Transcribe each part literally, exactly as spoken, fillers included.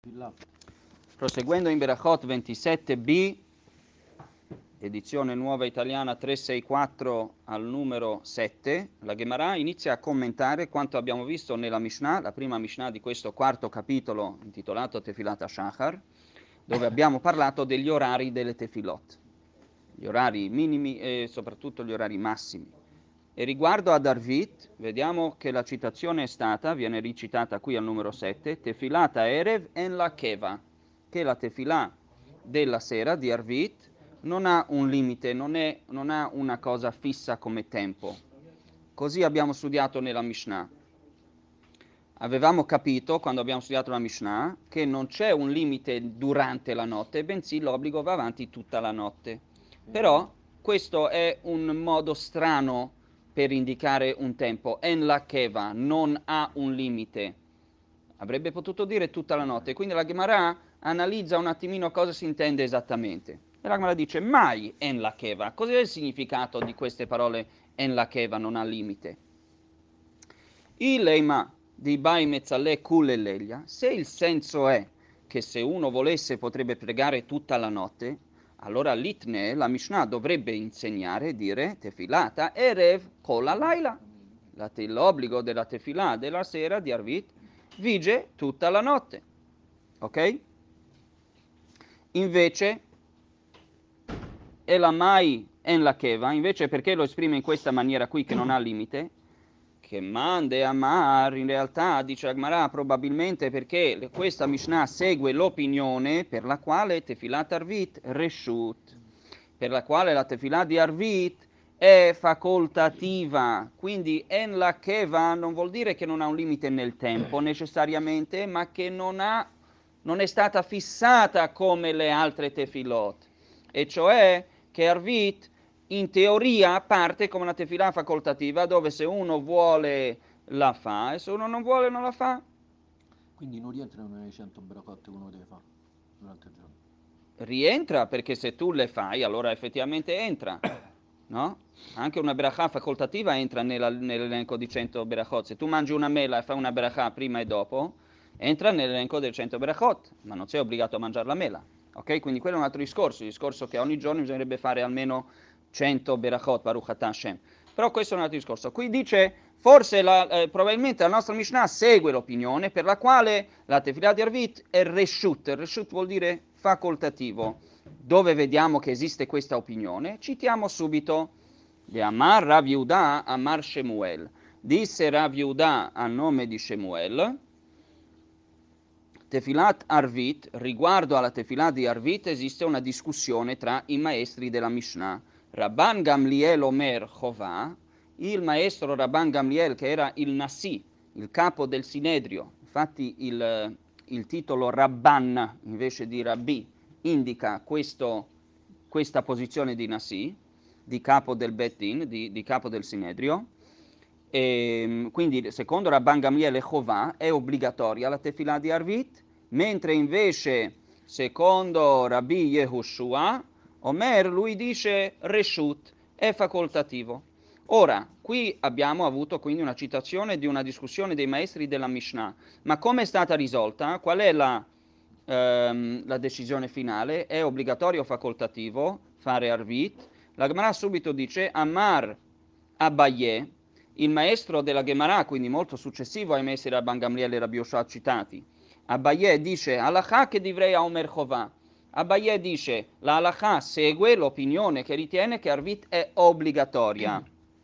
Proseguendo in Berachot ventisette b, edizione nuova italiana trecentosessantaquattro al numero sette, la Gemara inizia a commentare quanto abbiamo visto nella Mishnah, la prima Mishnah di questo quarto capitolo intitolato Tefilat HaShachar, dove abbiamo parlato degli orari delle Tefilot, gli orari minimi e soprattutto gli orari massimi. E riguardo ad Arvit, vediamo che la citazione è stata, viene ricitata qui al numero sette, Tefilat Erev en la Keva, che la Tefilà della sera di Arvit non ha un limite, non, è, non ha una cosa fissa come tempo. Così abbiamo studiato nella Mishnah. Avevamo capito, quando abbiamo studiato la Mishnah, che non c'è un limite durante la notte, bensì l'obbligo va avanti tutta la notte. Però questo è un modo strano per indicare un tempo. En la keva non ha un limite. Avrebbe potuto dire tutta la notte. Quindi la Gemara analizza un attimino cosa si intende esattamente. E la Gemara dice mai en la keva. Cos'è il significato di queste parole en la keva non ha limite? Il leima di Bai Mezzaleh Kulelelia, se il senso è che se uno volesse potrebbe pregare tutta la notte, allora l'itne, la Mishnah, dovrebbe insegnare e dire tefilata erev kol laila. L'obbligo della tefilà della sera di Arvit vige tutta la notte. Ok? Invece, elamai en la keva, invece perché lo esprime in questa maniera qui che non ha limite? Che mande Amar, in realtà dice Agmarà probabilmente perché questa Mishnah segue l'opinione per la quale Tefilat Arvit Reshut, per la quale la Tefilà di Arvit è facoltativa, quindi en la keva non vuol dire che non ha un limite nel tempo necessariamente, ma che non, ha, non è stata fissata come le altre Tefilot, e cioè che Arvit in teoria parte come una tefilà facoltativa dove se uno vuole la fa e se uno non vuole non la fa. Quindi non rientrano nelle cento bracotte che uno deve fare durante il giorno. Rientra perché se tu le fai allora effettivamente entra, no? Anche una berachà facoltativa entra nella, nell'elenco di cento berachot. Se tu mangi una mela e fai una berachà prima e dopo, entra nell'elenco dei cento berachot, ma non sei obbligato a mangiare la mela. Ok? Quindi quello è un altro discorso, il discorso che ogni giorno bisognerebbe fare almeno cento berachot, Baruch Atah Hashem. Però questo è un altro discorso. Qui dice, forse la, eh, probabilmente la nostra Mishnah segue l'opinione per la quale la tefillah di Arvit è reshut. Reshut vuol dire facoltativo. Dove vediamo che esiste questa opinione? Citiamo subito di Amar Rav Yehuda, Amar Shemuel. Disse Rav Yehuda a nome di Shemuel, Tefilat Arvit, riguardo alla Tefilah di Arvit esiste una discussione tra i maestri della Mishnah. Rabban Gamliel Omer Chovà, il maestro Rabban Gamliel che era il Nasi, il capo del Sinedrio, infatti il, il titolo Rabban invece di Rabbi indica questo, questa posizione di Nasi, di capo del Bet Din, di, di capo del Sinedrio. E, quindi secondo Rabban Gamliel e Chovà è obbligatoria la Tefilah di Arvit, mentre invece secondo Rabbi Yehoshua Omer lui dice Reshut, è facoltativo. Ora, qui abbiamo avuto quindi una citazione di una discussione dei maestri della Mishnah, ma come è stata risolta? Qual è la, ehm, la decisione finale? È obbligatorio o facoltativo fare Arvit? La Gemara subito dice Amar Abaye, il maestro della Gemara, quindi molto successivo ai maestri da Rabban Gamliel e Rabbi Yoshua citati. Abaye dice Halakha che divrei a Omer Chovà. Abaye dice la halakha segue l'opinione che ritiene che Arvit è obbligatoria.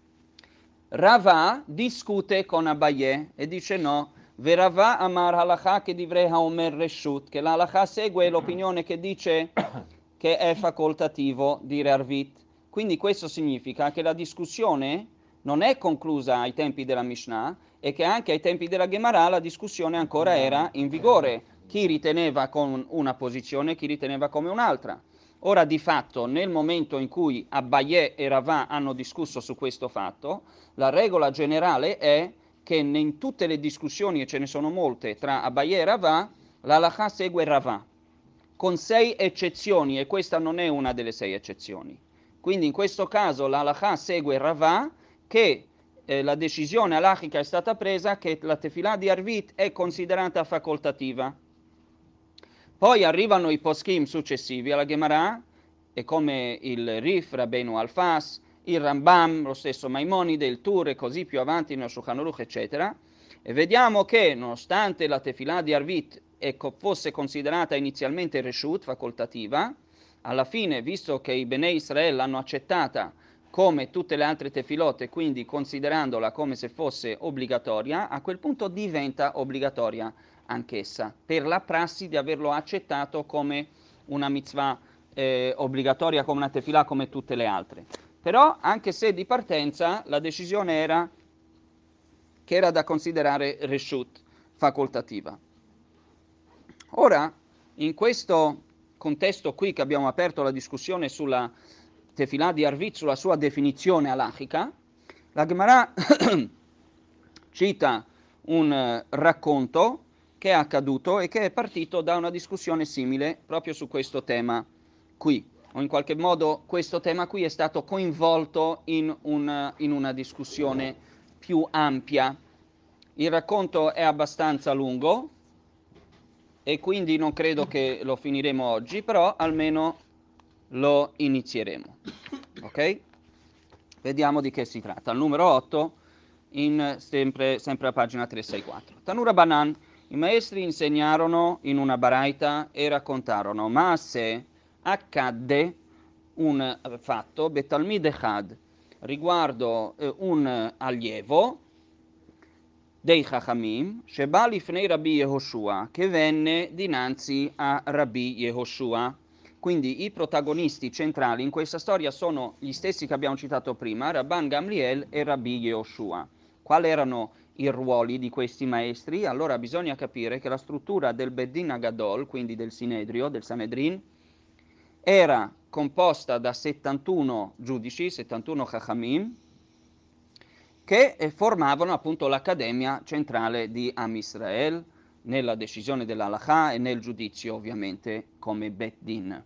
Rava discute con Abaye e dice no, Verava Amar halakha che divrei a Omer Reshut, che la halakha segue l'opinione che dice che è facoltativo dire Arvit. Quindi questo significa che la discussione non è conclusa ai tempi della Mishnah e che anche ai tempi della Gemara la discussione ancora era in vigore. Chi riteneva con una posizione, chi riteneva come un'altra. Ora di fatto nel momento in cui Abaye e Ravà hanno discusso su questo fatto, la regola generale è che in tutte le discussioni, e ce ne sono molte, tra Abaye e Ravà, la halakha segue Ravà, con sei eccezioni, e questa non è una delle sei eccezioni. Quindi in questo caso la halakha segue Ravà, che eh, la decisione halachica è stata presa che la tefillah di Arvit è considerata facoltativa. Poi arrivano i poskim successivi alla Gemara, e come il Rif, Rabbeinu Alfas, il Rambam, lo stesso Maimonide, il Tur e così più avanti nello Shulchan Aruch, eccetera, e vediamo che nonostante la tefilà di Arvit ecco, fosse considerata inizialmente reshut, facoltativa, alla fine, visto che i Bnei Israel l'hanno accettata come tutte le altre tefilote, quindi considerandola come se fosse obbligatoria, a quel punto diventa obbligatoria anch'essa, per la prassi di averlo accettato come una mitzvah eh, obbligatoria, come una tefilà, come tutte le altre. Però, anche se di partenza, la decisione era che era da considerare reshut, facoltativa. Ora, in questo contesto qui che abbiamo aperto la discussione sulla tefilà di Arvit, sulla sua definizione halachica, la Gemara cita un eh, racconto che è accaduto e che è partito da una discussione simile proprio su questo tema qui, o in qualche modo questo tema qui è stato coinvolto in una, in una discussione più ampia. Il racconto è abbastanza lungo e quindi non credo che lo finiremo oggi, però almeno lo inizieremo. Ok? Vediamo di che si tratta. Al numero otto, in sempre, sempre a pagina trecentosessantaquattro. Tanura Banan, i maestri insegnarono in una baraita e raccontarono, ma se accadde un fatto, Betalmid Echad, riguardo eh, un allievo dei Chachamim, Sheba lifnei Rabbi Yehoshua, che venne dinanzi a Rabbi Yehoshua. Quindi i protagonisti centrali in questa storia sono gli stessi che abbiamo citato prima, Rabban Gamliel e Rabbi Yehoshua. Quali erano i ruoli di questi maestri? Allora bisogna capire che la struttura del Beddin Agadol, quindi del Sinedrio, del Sanedrin, era composta da settantuno giudici, settantuno Chachamim, che formavano appunto l'Accademia Centrale di Am Israel nella decisione dell'Halakha e nel giudizio ovviamente come Bet Din.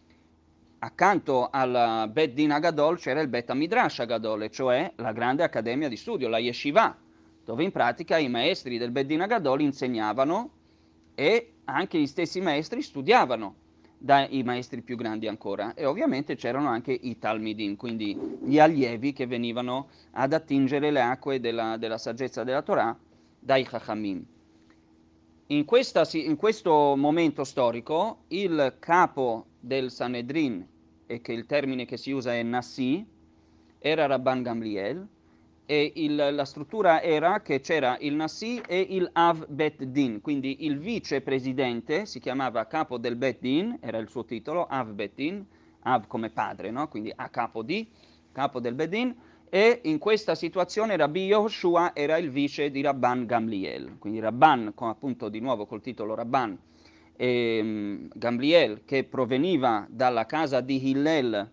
Accanto al Bet Din Agadol c'era il Bet Midrash Agadol, cioè la grande accademia di studio, la Yeshiva, dove in pratica i maestri del Bet Din Agadol insegnavano e anche gli stessi maestri studiavano dai maestri più grandi ancora, e ovviamente c'erano anche i Talmidim, quindi gli allievi che venivano ad attingere le acque della, della saggezza della Torah dai Chachamim. In, questa, in questo momento storico il capo del Sanedrin, e che il termine che si usa è Nassi, era Rabban Gamliel, e il, la struttura era che c'era il Nassi e il Av Bet Din, quindi il vicepresidente si chiamava capo del Bet Din, era il suo titolo, Av Bet Din, Av come padre, no? Quindi a capo di, capo del Bet Din, e in questa situazione Rabbi Yehoshua era il vice di Rabban Gamliel, quindi Rabban, con, appunto di nuovo col titolo Rabban, e um, Gamliel, che proveniva dalla casa di Hillel,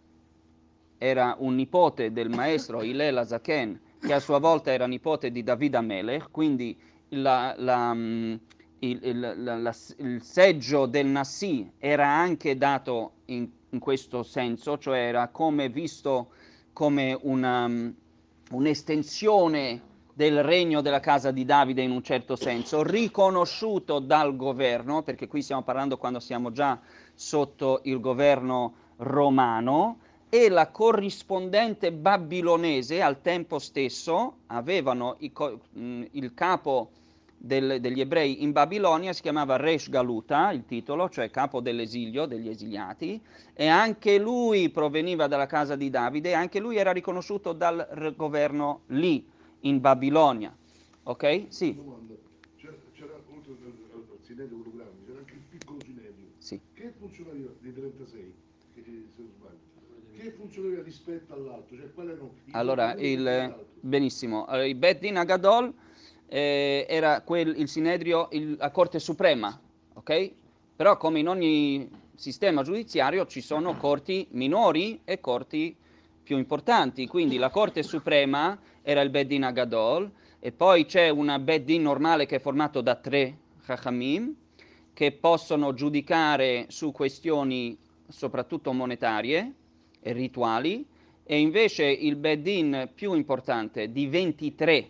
era un nipote del maestro Hillel Azaken, che a sua volta era nipote di David Amelech, quindi la, la, il, il, la, la, il seggio del Nassi era anche dato in, in questo senso, cioè era come visto come una, un'estensione del regno della casa di Davide in un certo senso, riconosciuto dal governo, perché qui stiamo parlando quando siamo già sotto il governo romano, e la corrispondente babilonese al tempo stesso avevano i, mh, il capo del, degli ebrei in Babilonia, si chiamava Resh Galuta, il titolo, cioè capo dell'esilio, degli esiliati, e anche lui proveniva dalla casa di Davide, e anche lui era riconosciuto dal governo lì, in Babilonia. Ok? Sì. C'era, c'era oltre al, al Sinedrio quello grande, c'era anche il piccolo Sinedrio. Sì. Che funzionava di trentasei, che, se non sbaglio? Che funzionava rispetto all'altro? Cioè, qual erano i allora, il, benissimo. Allora, il Bet Din Agadol eh, era quel, il Sinedrio, il, la Corte Suprema, ok? Però come in ogni sistema giudiziario ci sono corti minori e corti più importanti, quindi la Corte Suprema era il Bet Din Agadol, e poi c'è una Bet Din normale che è formato da tre Chachamim, che possono giudicare su questioni soprattutto monetarie e rituali, e invece il Bet Din più importante di ventitré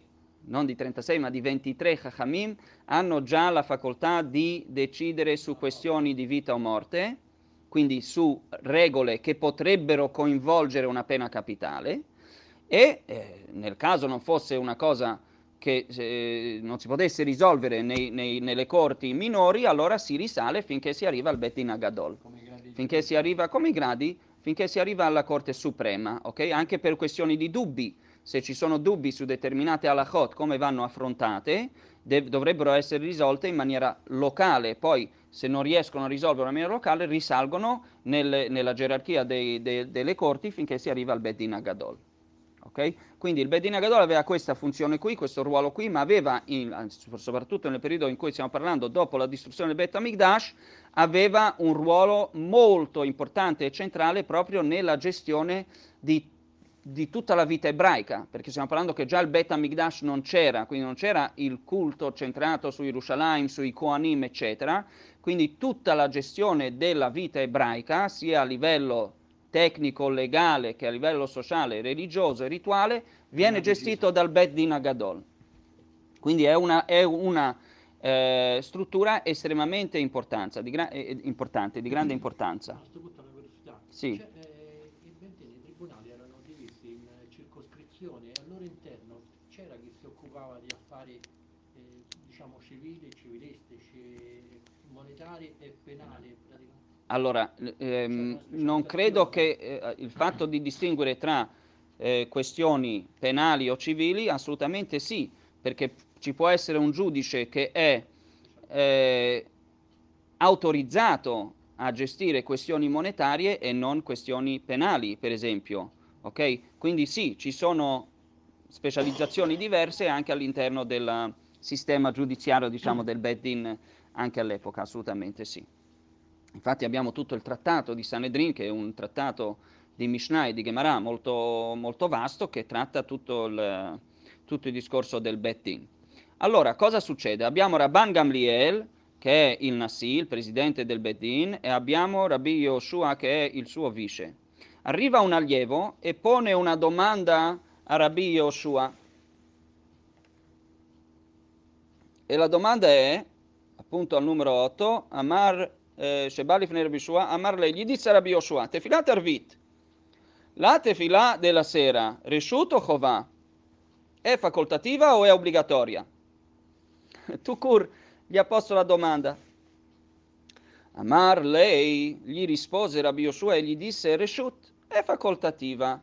non di trentasei ma di ventitré Chachamim, hanno già la facoltà di decidere su questioni di vita o morte, quindi su regole che potrebbero coinvolgere una pena capitale, e eh, nel caso non fosse una cosa che eh, non si potesse risolvere nei, nei, nelle corti minori, allora si risale finché si arriva al Bet Din Hagadol, finché si arriva come i gradi, finché si arriva alla Corte Suprema, ok? Anche per questioni di dubbi, se ci sono dubbi su determinate halachot, come vanno affrontate, dovrebbero essere risolte in maniera locale, poi se non riescono a risolvere in maniera locale risalgono nel, nella gerarchia dei, de, delle corti finché si arriva al Bet Din Hagadol. Okay? Quindi il Bet Din Hagadol aveva questa funzione qui, questo ruolo qui, ma aveva, in, soprattutto nel periodo in cui stiamo parlando, dopo la distruzione del Bet HaMikdash, aveva un ruolo molto importante e centrale proprio nella gestione di di tutta la vita ebraica, perché stiamo parlando che già il Bet HaMikdash non c'era, quindi non c'era il culto centrato su Yerushalayim, sui Kohanim, eccetera, quindi tutta la gestione della vita ebraica, sia a livello tecnico, legale, che a livello sociale, religioso e rituale, viene gestito dal Bet Din Hagadol. Quindi è una, è una eh, struttura estremamente importanza, di gra- eh, importante, di grande importanza. A questo punto una curiosità. Sì. Cioè, eh, i bentini, i tribunali erano divisi in circoscrizioni e al loro interno c'era chi si occupava di affari eh, diciamo civili, civilistici, monetari e penali praticamente. Allora, ehm, non credo che eh, il fatto di distinguere tra eh, questioni penali o civili, assolutamente sì, perché ci può essere un giudice che è eh, autorizzato a gestire questioni monetarie e non questioni penali, per esempio. Ok? Quindi sì, ci sono specializzazioni diverse anche all'interno del sistema giudiziario, diciamo, del Bet Din, anche all'epoca, assolutamente sì. Infatti abbiamo tutto il trattato di Sanedrin, che è un trattato di Mishnah e di Gemara molto, molto vasto, che tratta tutto il, tutto il discorso del Bet Din. Allora, cosa succede? Abbiamo Rabban Gamliel, che è il Nasi, il presidente del Bet Din, e abbiamo Rabbi Yoshua, che è il suo vice. Arriva un allievo e pone una domanda a Rabbi Yoshua. E la domanda è, appunto al numero otto, Amar Shebali Fnei Rabbi Yoshua, Amar lei, gli disse a Rabbi Yoshua, Tefilat Arvit, la tefilà della sera, Reshut o Chovà, è facoltativa o è obbligatoria? Tukur gli ha posto la domanda. Amar lei, gli rispose Rabbi Yoshua e gli disse, Reshut, è facoltativa.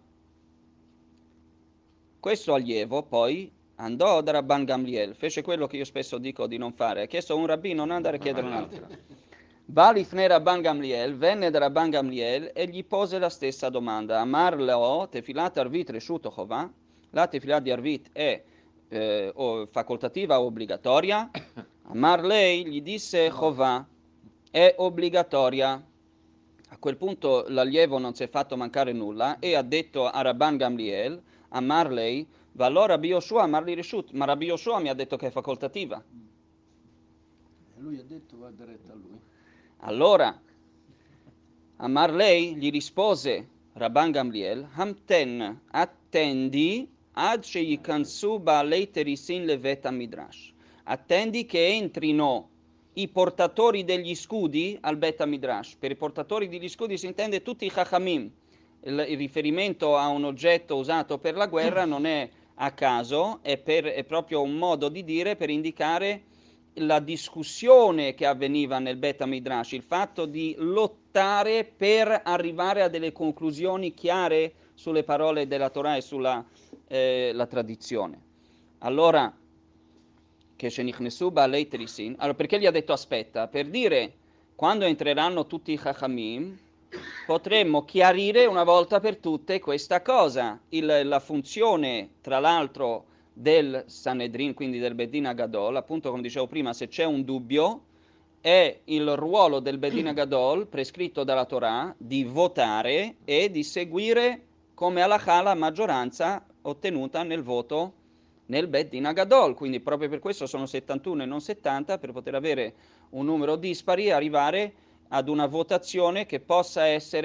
Questo allievo poi andò da Rabban Gamliel, fece quello che io spesso dico di non fare, ha chiesto a un rabbino, non andare a chiedere a un altro. Balifne Rabban Gamliel, venne da Rabban Gamliel e gli pose la stessa domanda. Amar leo, tefilat arvit reshuto chovà, la tefilat di arvit è eh, o facoltativa o obbligatoria? Amar lei gli disse chovà, è obbligatoria. A quel punto l'allievo non si è fatto mancare nulla e ha detto a Rabban Gamliel, a Marley, va allora Rabbi Yoshua, Marley Reshut, ma Rabbi Yoshua mi ha detto che è facoltativa. E lui ha detto va diretta a lui. Allora, a Marley gli rispose Rabban Gamliel, Hamten, attendi ad sheyikansu ba'alei terisin levet midrash. Attendi che entrino i portatori degli scudi al Bet HaMidrash. Per i portatori degli scudi si intende tutti i Chachamim. Il, il riferimento a un oggetto usato per la guerra non è a caso, è, per, è proprio un modo di dire per indicare la discussione che avveniva nel Bet HaMidrash, il fatto di lottare per arrivare a delle conclusioni chiare sulle parole della Torah e sulla eh, la tradizione. Allora, che Shenichnesu Ba'alei Terisin, allora perché gli ha detto aspetta? Per dire, quando entreranno tutti i Chachamim, potremmo chiarire una volta per tutte questa cosa, il, la funzione, tra l'altro, del Sanedrin, quindi del Bedin Hagadol, appunto come dicevo prima, se c'è un dubbio, è il ruolo del Bedin Hagadol, prescritto dalla Torah, di votare e di seguire come halakha la maggioranza ottenuta nel voto nel Bet Din Hagadol, quindi proprio per questo sono settantuno e non settanta, per poter avere un numero dispari e arrivare ad una votazione che possa essere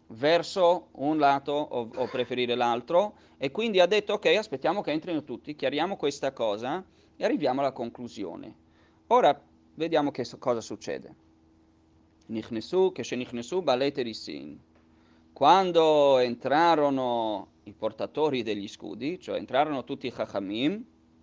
verso un lato o, o preferire l'altro, e quindi ha detto ok, aspettiamo che entrino tutti, chiariamo questa cosa e arriviamo alla conclusione. Ora vediamo che so- cosa succede. Nichnesu, che shenichnesu balei terissin. Quando entrarono i portatori degli scudi, cioè entrarono tutti i chachamim,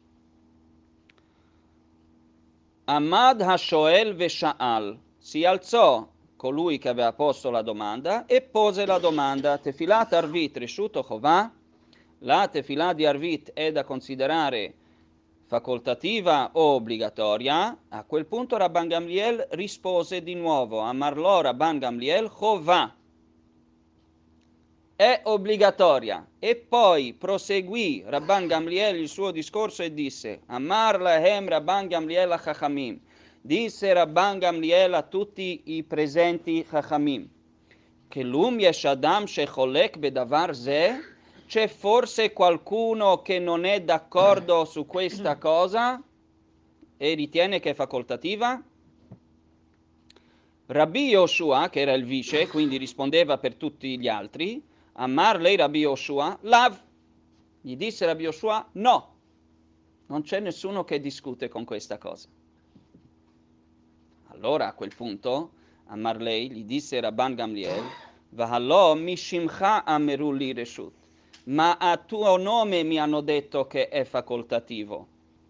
Amad Hashoel Vesha'al, si alzò colui che aveva posto la domanda e pose la domanda. Tefilat Arvit Reshut Chovà, la tefilà di Arvit è da considerare facoltativa o obbligatoria? A quel punto Rabban Gamliel rispose di nuovo, Amarlo Rabban Gamliel Chovà, è obbligatoria. E poi proseguì Rabban Gamliel il suo discorso e disse, Amar lahem Rabban Gamliel a Chachamim, disse Rabban Gamliel a tutti i presenti Chachamim, che l'um yesh adam shecholek bedavar ze, c'è forse qualcuno che non è d'accordo su questa cosa e ritiene che è facoltativa? Rabbi Yoshua, che era il vice, quindi rispondeva per tutti gli altri, Amar lei Rabbi Yoshua, lav, gli disse Rabbi Yoshua, no, non c'è nessuno che discute con questa cosa. Allora a quel punto, Amar lei gli disse Rabban Gamliel, Vahallo mishimcha ameru li reshut, ma a tuo nome mi hanno detto che è facoltativo.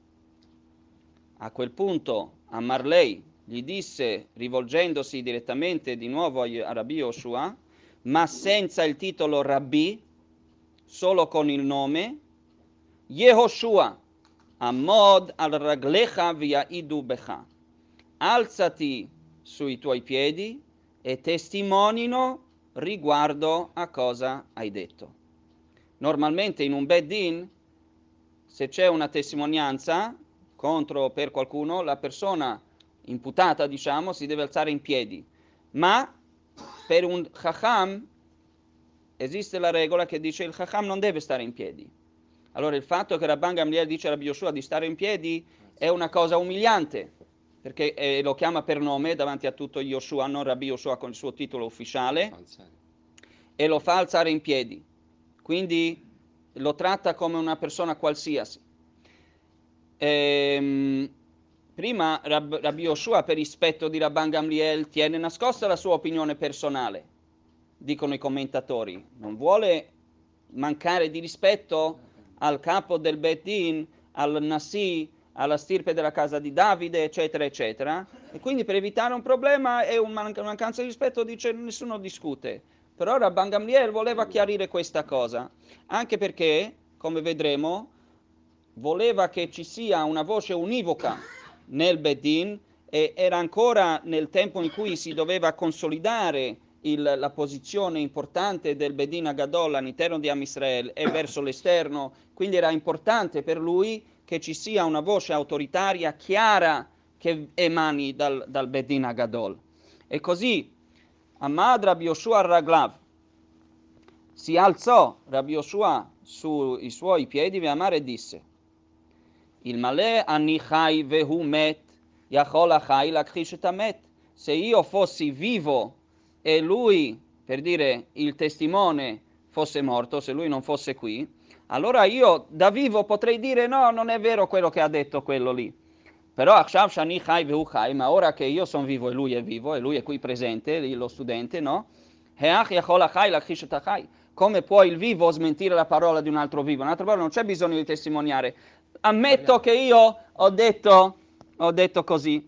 A quel punto Amar lei gli disse, rivolgendosi direttamente di nuovo a Rabbi Yoshua, ma senza il titolo Rabbi, solo con il nome, Yehoshua, Amod al raglecha v'ya'idu becha, alzati sui tuoi piedi e testimonino riguardo a cosa hai detto. Normalmente in un Beit Din, se c'è una testimonianza contro per qualcuno, la persona imputata, diciamo, si deve alzare in piedi. Ma per un Chacham esiste la regola che dice il Chacham non deve stare in piedi. Allora il fatto che Rabban Gamliel dice a Rabbi Yoshua di stare in piedi è una cosa umiliante, perché eh, lo chiama per nome davanti a tutto Yoshua, non Rabbi Yoshua con il suo titolo ufficiale, e lo fa alzare in piedi. Quindi lo tratta come una persona qualsiasi. Ehm, prima Rab- Rabbi Yoshua, per rispetto di Rabban Gamliel, tiene nascosta la sua opinione personale, dicono i commentatori. Non vuole mancare di rispetto al capo del Beit Din, al Nasi, alla stirpe della casa di Davide, eccetera, eccetera. E quindi per evitare un problema e una mancanza di rispetto dice nessuno discute. Però Rabban Gamliel voleva chiarire questa cosa, anche perché, come vedremo, voleva che ci sia una voce univoca nel Beit Din e era ancora nel tempo in cui si doveva consolidare il, la posizione importante del Beit Din Agadol all'interno di Am Israel e verso l'esterno, quindi era importante per lui che ci sia una voce autoritaria chiara che emani dal, dal Beit Din Agadol. E così Amad Rabbi Yoshua Raglav si alzò Rabbi Yoshua sui suoi piedi e disse: Il male ani chai vehu met, yachol achai lakhish et hamet. Se io fossi vivo e lui, per dire il testimone, fosse morto, se lui non fosse qui, allora io da vivo potrei dire no, non è vero quello che ha detto quello lì. Però Akshav Shani Chai Vehu Chai, ma ora che io sono vivo e lui è vivo, e lui è qui presente, lo studente, no? Heach Yachol Achai Lakhish et Achai. Come può il vivo smentire la parola di un altro vivo? Un altro parola non c'è bisogno di testimoniare. Ammetto che io ho detto, ho detto così.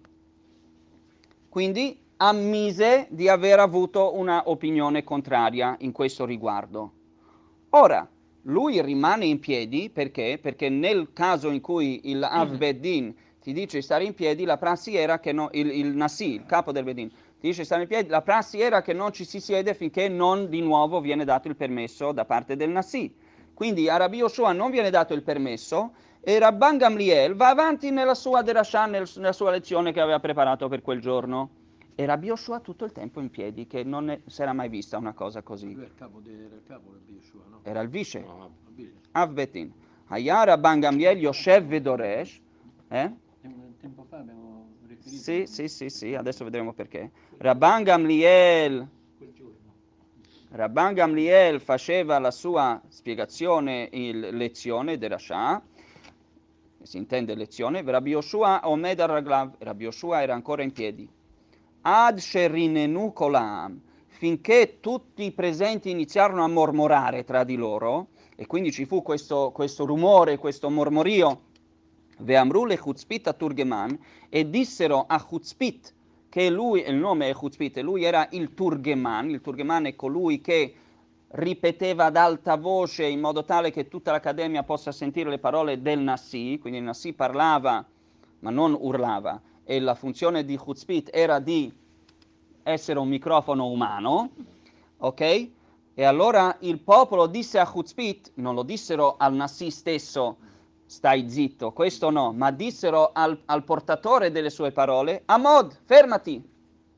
Quindi ammise di aver avuto una opinione contraria in questo riguardo. Ora, lui rimane in piedi perché? Perché nel caso in cui il Av Beddin ti dice di stare in piedi, la prassi era che no, il, il Nasi, il capo del Beddin, ti dice di stare in piedi, la prassi era che non ci si siede finché non di nuovo viene dato il permesso da parte del Nasi. Quindi a Rabbi Yoshua non viene dato il permesso e Rabban Gamliel va avanti nella sua derasha, nella sua lezione che aveva preparato per quel giorno. E Rabbi Yoshua tutto il tempo in piedi, che non si era mai vista una cosa così. Lui era il capo, de, era il capo Rabbi Yoshua, no? Era il vice. No, il vice. Av Betin. Haya Rabban Gamliel Yoshev Vedoresh. Eh? Tempo fa abbiamo riferito. Sì, sì, sì, sì, adesso vedremo perché. Rabban Gamliel Quel giorno. Rabban Gamliel faceva la sua spiegazione, il, lezione derashah, si intende lezione, Rabbi Yoshua omed al-raglav, Rabbi Yoshua era ancora in piedi. Ad sherinenu kolam, finché tutti i presenti iniziarono a mormorare tra di loro, e quindi ci fu questo, questo rumore, questo mormorio, Ve'amru le Chutzpit a Turgeman, e dissero a Chutzpit, che lui, il nome è Chutzpit, e lui era il Turgeman, il Turgeman è colui che ripeteva ad alta voce in modo tale che tutta l'accademia possa sentire le parole del Nassi, quindi il Nassi parlava ma non urlava, e la funzione di Chutzpit era di essere un microfono umano, ok? E allora il popolo disse a Chutzpit, non lo dissero al Nassi stesso, stai zitto, questo no, ma dissero al, al portatore delle sue parole, Amod, fermati.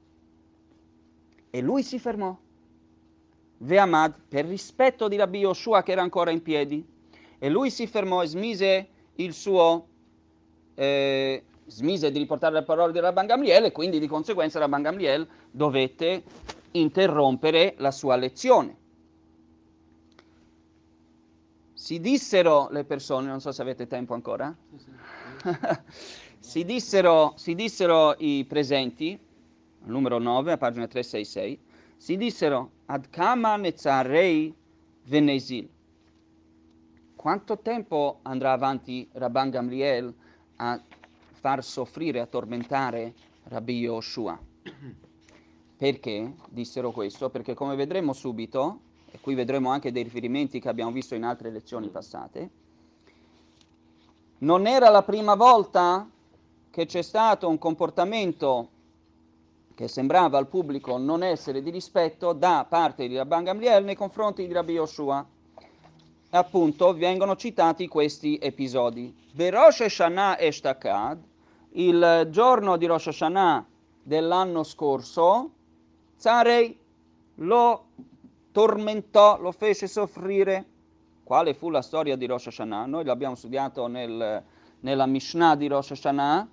E lui si fermò. Ve'amad, per rispetto di Rabbi Yoshua che era ancora in piedi, e lui si fermò e smise il suo, eh, smise di riportare le parole di Rabban Gamliel, e quindi di conseguenza Rabban Gamliel dovette interrompere la sua lezione. Si dissero le persone, non so se avete tempo ancora, sì, sì. si, dissero, si dissero i presenti, numero nove, a pagina trecentosessantasei, si dissero ad kama netzarei venesil. Quanto tempo andrà avanti Rabban Gamliel a far soffrire, a tormentare Rabbi Yoshua? Perché dissero questo? Perché come vedremo subito, e qui vedremo anche dei riferimenti che abbiamo visto in altre lezioni passate, non era la prima volta che c'è stato un comportamento che sembrava al pubblico non essere di rispetto da parte di Rabban Gamliel nei confronti di Rabbi Yoshua. E appunto vengono citati questi episodi. Berosh Hashanah Eshtakad, il giorno di Rosh Hashanah dell'anno scorso, Zarei lo tormentò, lo fece soffrire. Quale fu la storia di Rosh Hashanah? Noi l'abbiamo studiato nel, nella Mishnah di Rosh Hashanah,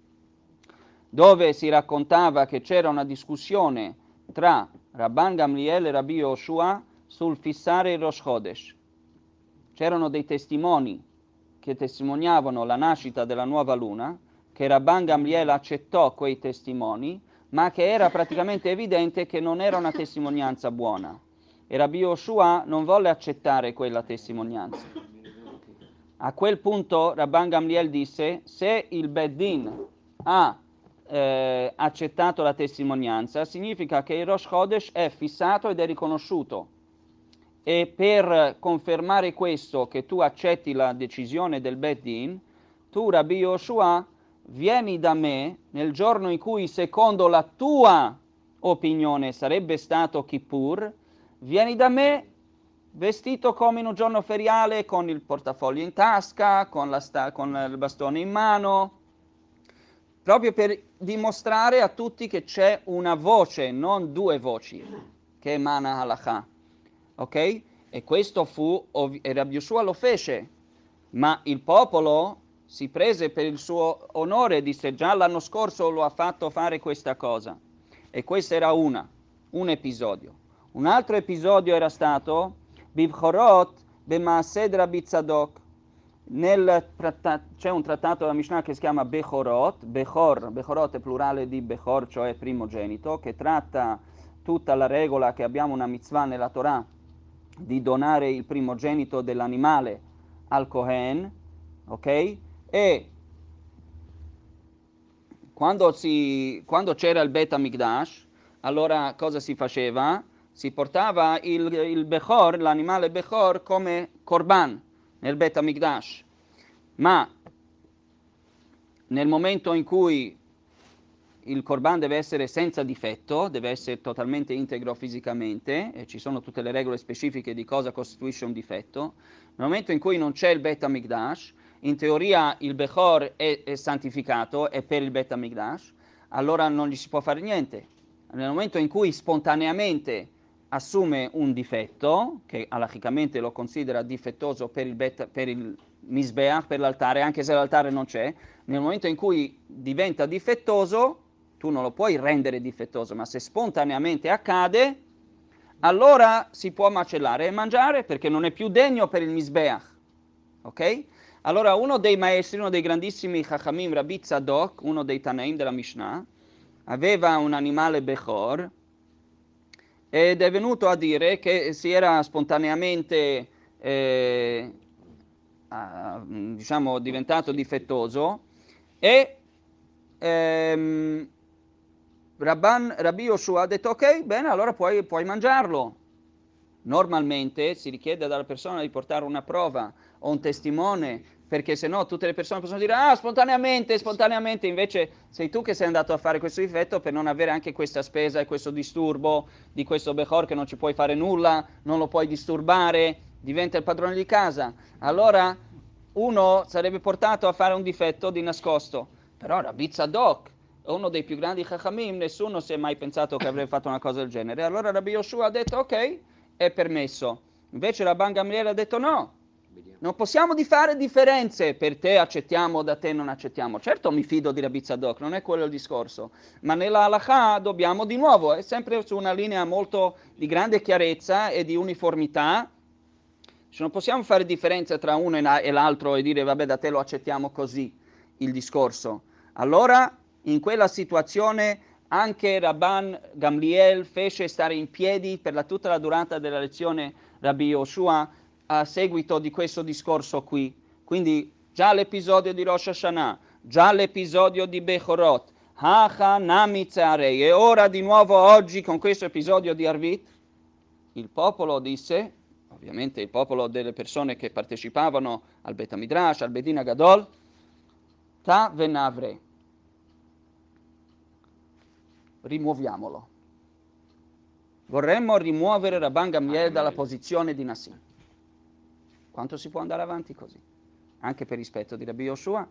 dove si raccontava che c'era una discussione tra Rabban Gamliel e Rabbi Yoshua sul fissare il Rosh Chodesh. C'erano dei testimoni che testimoniavano la nascita della nuova luna, che Rabban Gamliel accettò quei testimoni, ma che era praticamente evidente che non era una testimonianza buona. E Rabbi Yoshua non volle accettare quella testimonianza. A quel punto Rabban Gamliel disse: se il Beddin ha eh, accettato la testimonianza, significa che il Rosh Chodesh è fissato ed è riconosciuto. E per confermare questo, che tu accetti la decisione del Beddin, tu, Rabbi Yoshua, vieni da me nel giorno in cui, secondo la tua opinione, sarebbe stato Kippur, vieni da me vestito come in un giorno feriale, con il portafoglio in tasca, con, la sta- con il bastone in mano, proprio per dimostrare a tutti che c'è una voce, non due voci, che emana halakha. Ok? E questo fu, e Rabbi Yoshua lo fece, ma il popolo si prese per il suo onore e disse: già l'anno scorso lo ha fatto fare questa cosa. E questo era una, un episodio. Un altro episodio era stato Bivchorot b'Maaseh Rabbi Tzadok. Nel trattato, c'è un trattato della Mishnah che si chiama Bechorot, Bechor, Bechorot è plurale di Bechor, cioè primogenito, che tratta tutta la regola che abbiamo una mitzvah nella Torah di donare il primogenito dell'animale al Kohen, ok? E quando, si, quando c'era il Bet HaMikdash, allora cosa si faceva? Si portava il, il Bechor, l'animale Bechor, come Korban nel Bet HaMikdash, ma nel momento in cui il Korban deve essere senza difetto, deve essere totalmente integro fisicamente, e ci sono tutte le regole specifiche di cosa costituisce un difetto. Nel momento in cui non c'è il Bet HaMikdash, in teoria il Bechor è, è santificato, è per il Bet HaMikdash, allora non gli si può fare niente. Nel momento in cui spontaneamente assume un difetto, che halachicamente lo considera difettoso per il, bet, per il Misbeach, per l'altare, anche se l'altare non c'è, nel momento in cui diventa difettoso, tu non lo puoi rendere difettoso, ma se spontaneamente accade, allora si può macellare e mangiare perché non è più degno per il Misbeach. Ok? Allora uno dei maestri, uno dei grandissimi Chachamim, Rabbi Tzadok, uno dei Tanaim della Mishnah, aveva un animale Bechor ed è venuto a dire che si era spontaneamente eh, ah, diciamo diventato difettoso e ehm, Rabban, Rabbi Yoshua ha detto ok, bene, allora puoi, puoi mangiarlo. Normalmente si richiede dalla persona di portare una prova o un testimone, perché se no tutte le persone possono dire ah, spontaneamente, spontaneamente, invece sei tu che sei andato a fare questo difetto per non avere anche questa spesa e questo disturbo di questo Bechor che non ci puoi fare nulla, non lo puoi disturbare, diventa il padrone di casa. Allora uno sarebbe portato a fare un difetto di nascosto, però Rabbi Tzadok, uno dei più grandi Chachamim, nessuno si è mai pensato che avrebbe fatto una cosa del genere. Allora Rabbi Yoshua ha detto ok, è permesso. Invece Rabban Gamliel ha detto no, non possiamo di fare differenze, per te accettiamo, da te non accettiamo. Certo mi fido di Rabbi Tzadok, non è quello il discorso, ma nella halakha dobbiamo di nuovo, è sempre su una linea molto di grande chiarezza e di uniformità. Non possiamo fare differenze tra uno e l'altro e dire vabbè da te lo accettiamo così il discorso. Allora in quella situazione anche Rabban Gamliel fece stare in piedi per la, tutta la durata della lezione Rabbi Yoshua a seguito di questo discorso qui. Quindi già l'episodio di Rosh Hashanah, già l'episodio di Bechorot, Hacha Namitzarei, e ora di nuovo oggi con questo episodio di Arvit, il popolo disse, ovviamente il popolo delle persone che partecipavano al Bet Midrash, al Bedin Gadol, Ta venavre, rimuoviamolo. Vorremmo rimuovere Rabban Gamliel dalla posizione di Nassim. Quanto si può andare avanti così? Anche per rispetto di Rabbi Yoshua.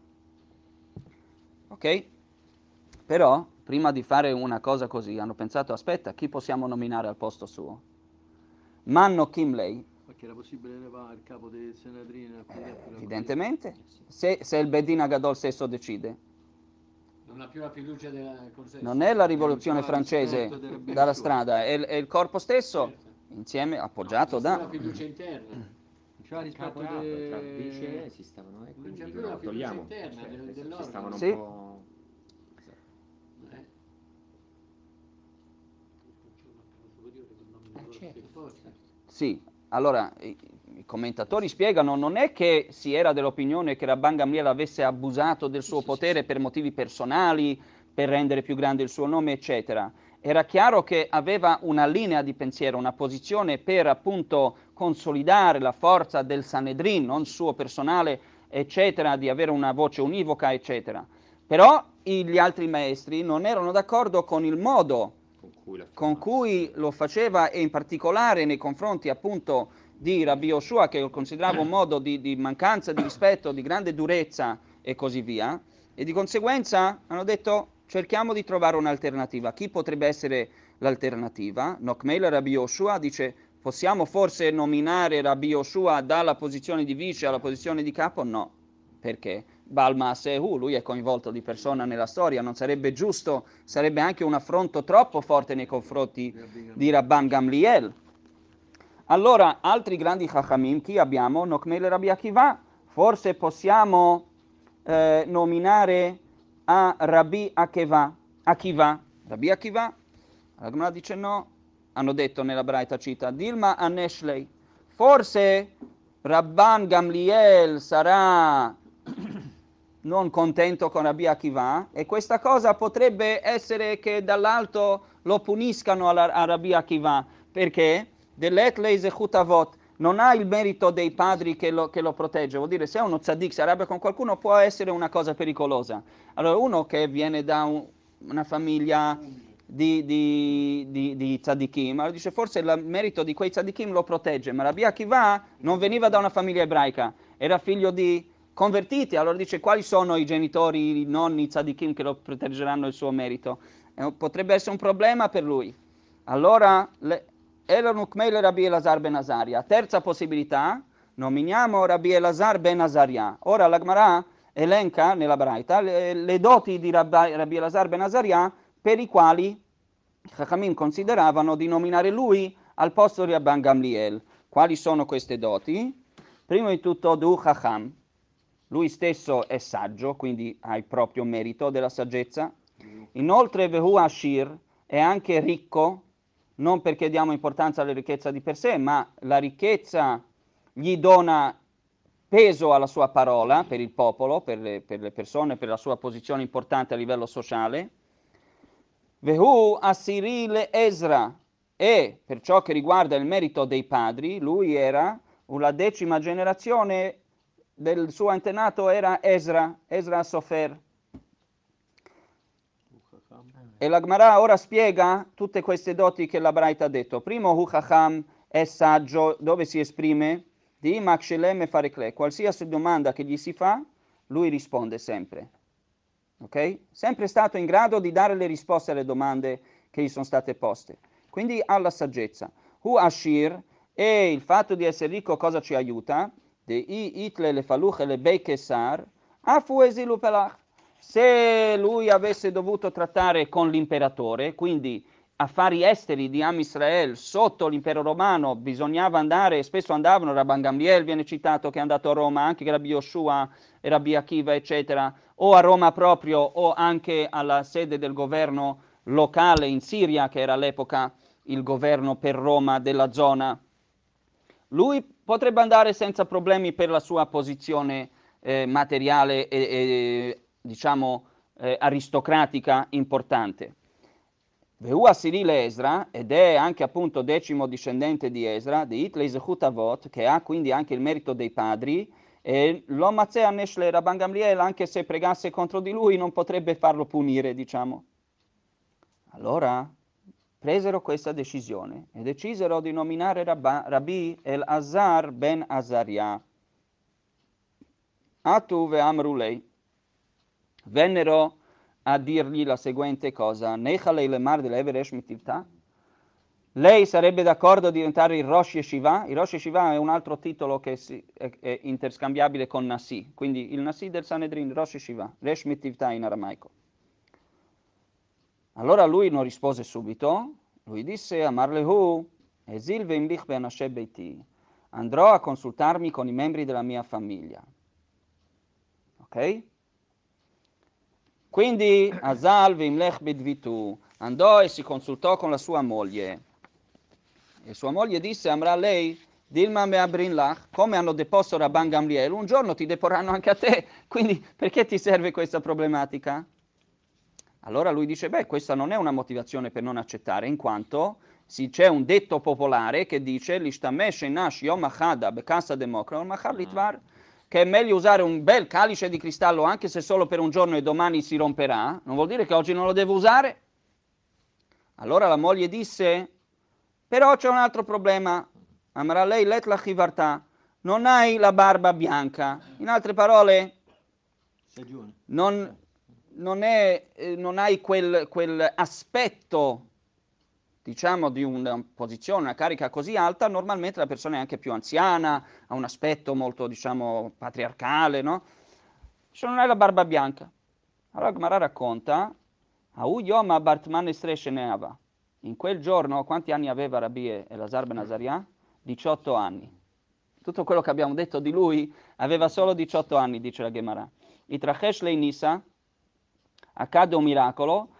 Ok? Però, prima di fare una cosa così, hanno pensato, aspetta, chi possiamo nominare al posto suo? Manno Kimley. Perché era possibile levare il capo del Sanedrino? Eh, evidentemente. Se, se il Bedin Gadol stesso decide. Non ha più la fiducia del consesso. Non è la rivoluzione francese dalla strada, è, è il corpo stesso, Certo. insieme appoggiato No, da... la fiducia interna. Cioè rispetto Capo de... tra vice esistevano e Non quindi c'è più dicono la lo fiducia togliamo. interna Cioè, del- ci dell'organo. stavano Sì. un po'... Eh. Eh, certo, Forza. Sì, allora i, i commentatori spiegano, non è che si era dell'opinione che Rabban Gamliel avesse abusato del suo potere per motivi personali, per rendere più grande il suo nome, eccetera. Era chiaro che aveva una linea di pensiero, una posizione per appunto consolidare la forza del Sanedrin, non suo personale, eccetera, di avere una voce univoca, eccetera. Però gli altri maestri non erano d'accordo con il modo con cui l'ha con fatto. cui lo faceva e in particolare nei confronti appunto di Rabbi Yoshua, che lo considerava un modo di, di mancanza di rispetto, di grande durezza e così via, e di conseguenza hanno detto cerchiamo di trovare un'alternativa. Chi potrebbe essere l'alternativa? Nokmeil Rabbi Yoshua dice possiamo forse nominare Rabbi Yoshua dalla posizione di vice alla posizione di capo? No. Perché? Balma Sehu, lui è coinvolto di persona nella storia, non sarebbe giusto, sarebbe anche un affronto troppo forte nei confronti di Rabban Gamliel. Allora, altri grandi Chachamim, chi abbiamo? Nokmel Rabbi Akiva, forse possiamo eh, nominare a Rabbi Akiva, Akiva, Rabbi Akiva, la Gemara dice no, hanno detto nella Braita cita, Dilma Aneshlei, forse Rabban Gamliel sarà non contento con Rabbi Akiva e questa cosa potrebbe essere che dall'alto lo puniscano alla, a Rabbi Akiva, perché dell'et leizechut avot non ha il merito dei padri che lo, che lo protegge, vuol dire se uno tzaddik si arrabbia con qualcuno può essere una cosa pericolosa. Allora uno che viene da un, una famiglia di, di, di, di tzaddikim, allora dice forse il merito di quei tzaddikim lo protegge, ma Rabbi Akiva non veniva da una famiglia ebraica, era figlio di convertiti, allora dice quali sono i genitori, i nonni, i tzaddikim che lo proteggeranno il suo merito? Eh, potrebbe essere un problema per lui. Allora, Elon Ukmeil Rabbi Elazar ben Azaria. Terza possibilità, nominiamo Rabbi Elazar ben Azaria. Ora la Gemara elenca nella Braita le, le doti di Rabbi, Rabbi Elazar ben Azaria per i quali i Chachamim consideravano di nominare lui al posto di Rabban Gamliel. Quali sono queste doti? Prima di tutto Du Chacham, lui stesso è saggio, quindi ha il proprio merito della saggezza. Inoltre Vehu Ashir è anche ricco, non perché diamo importanza alla ricchezza di per sé, ma la ricchezza gli dona peso alla sua parola per il popolo, per le, per le persone, per la sua posizione importante a livello sociale. Vehu Asiril Ezra, e per ciò che riguarda il merito dei padri, lui era la decima generazione del suo antenato, era Ezra, Ezra Sofer. E la Gemara ora spiega tutte queste doti che la Braita ha detto. Primo, Hu Chacham è saggio, dove si esprime? Di Makshelem e Farekle. Qualsiasi domanda che gli si fa, lui risponde sempre. Ok? Sempre stato in grado di dare le risposte alle domande che gli sono state poste. Quindi ha la saggezza. Hu Ashir, e il fatto di essere ricco cosa ci aiuta? De I itle le faluche le beikesar, afu esilu pelach. Se lui avesse dovuto trattare con l'imperatore, quindi affari esteri di Am Israel sotto l'impero romano, bisognava andare, spesso andavano, Rabban Gamliel viene citato che è andato a Roma, anche Rabbi Yoshua e Rabbi Akiva, eccetera, o a Roma proprio o anche alla sede del governo locale in Siria, che era all'epoca il governo per Roma della zona. Lui potrebbe andare senza problemi per la sua posizione eh, materiale e, e diciamo eh, aristocratica importante. Vehu Asirile Esra, ed è anche appunto decimo discendente di Esra, di Itle Zechut Avot, che ha quindi anche il merito dei padri, e lo Matzea Neshle Rabban Gamliel, anche se pregasse contro di lui, non potrebbe farlo punire, diciamo. Allora presero questa decisione e decisero di nominare Rabba, Rabbi El-Azar ben Azaria. Atu ve Amrulei. Vennero a dirgli la seguente cosa: Nechalei lemar dell'Everesh mitivta. Lei sarebbe d'accordo a diventare il Rosh Yeshiva? Il Rosh Yeshiva è un altro titolo che si, è, è interscambiabile con Nasi, quindi il Nasi del Sanedrin, Rosh Yeshiva, Resh mitivta in aramaico. Allora lui non rispose subito, lui disse a Marlehu, Esil veimlich be'anashe beiti, andrò a consultarmi con i membri della mia famiglia. Ok? Quindi Azal veimlech bedvitu, andò e si consultò con la sua moglie. E sua moglie disse, Amra lei, Dilma me abrin lach, come hanno deposto Rabban Gamliel, un giorno ti deporranno anche a te, quindi perché ti serve questa problematica? Allora lui dice, beh, questa non è una motivazione per non accettare, in quanto sì, c'è un detto popolare che dice l'ishtamesh enash yom achada bekassa demokra machar litvar, che è meglio usare un bel calice di cristallo anche se solo per un giorno e domani si romperà, non vuol dire che oggi non lo devo usare. Allora la moglie disse, però c'è un altro problema, Amra lei let la chivartà, non hai la barba bianca, in altre parole, non... Non, è, eh, non hai quel, quel aspetto, diciamo, di una posizione, una carica così alta, normalmente la persona è anche più anziana, ha un aspetto molto, diciamo, patriarcale, no? Se non hai la barba bianca. Allora Gemara racconta, Ahu Yom Bartman Esresheneava. In quel giorno, quanti anni aveva Rabbi Elazar ben Azaria? diciotto anni. Tutto quello che abbiamo detto di lui aveva solo diciotto anni, dice la Gemara. Itrachesh lei Nisa, accade un miracolo,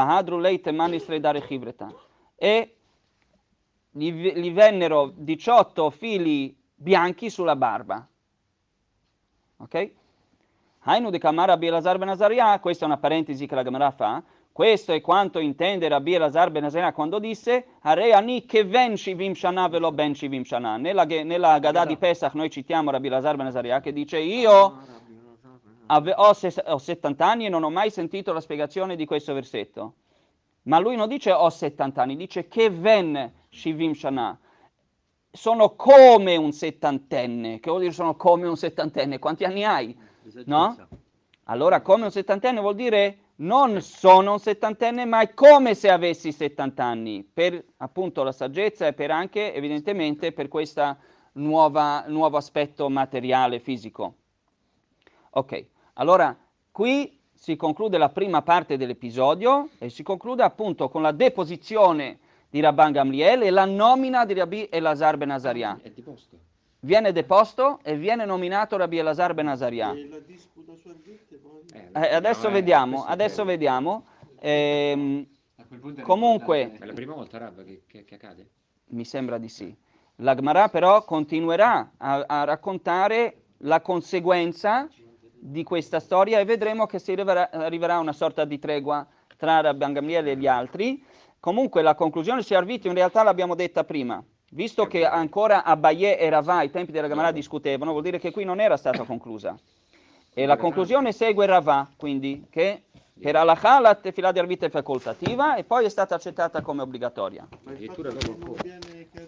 e gli, gli vennero diciotto fili bianchi sulla barba. Ok? Hainu de Kamar Rabbi Elazar ben Azaria, questa è una parentesi che la Gemara fa, questo è quanto intende Rabbi Elazar ben Azaria quando disse Harei ani keven shivim shana velo ben shivim shana. Nella, nella Haggadah di Pesach noi citiamo Rabbi Elazar ben Azaria che dice io Ave, ho, ses, ho settanta anni e non ho mai sentito la spiegazione di questo versetto. Ma lui non dice ho settanta anni, dice che ven shivim shana. Sono come un settantenne. Che vuol dire sono come un settantenne? Quanti anni hai? No? Allora come un settantenne vuol dire non sono un settantenne, ma è come se avessi settanta anni. Per appunto la saggezza e per anche evidentemente per questo nuovo aspetto materiale, fisico. Ok. Allora, qui si conclude la prima parte dell'episodio e si conclude appunto con la deposizione di Rabban Gamliel e la nomina di Rabbi Elazar ben Azaria. È deposto. Viene deposto e viene nominato Rabbi Elazar ben Azaria. E la disputa su Arvette poi? Eh, Eh, adesso no, eh, vediamo, questo è adesso bello. vediamo. Ehm, A quel punto è comunque, importante. È la prima volta, Rab, che, che, che accade? mi sembra di sì. La Gemara però continuerà a, a raccontare la conseguenza di questa storia e vedremo che si arriverà, arriverà a una sorta di tregua tra Rabban Gamliel e gli altri. Comunque la conclusione su Arvit in realtà l'abbiamo detta prima. Visto che ancora Abaye e Ravà ai tempi della Gemara discutevano, vuol dire che qui non era stata conclusa. E la conclusione segue Ravà, quindi che per Halakha la tefilà di Arvit è facoltativa e poi è stata accettata come obbligatoria. Ma il Addirittura fatto dopo che non ancora. viene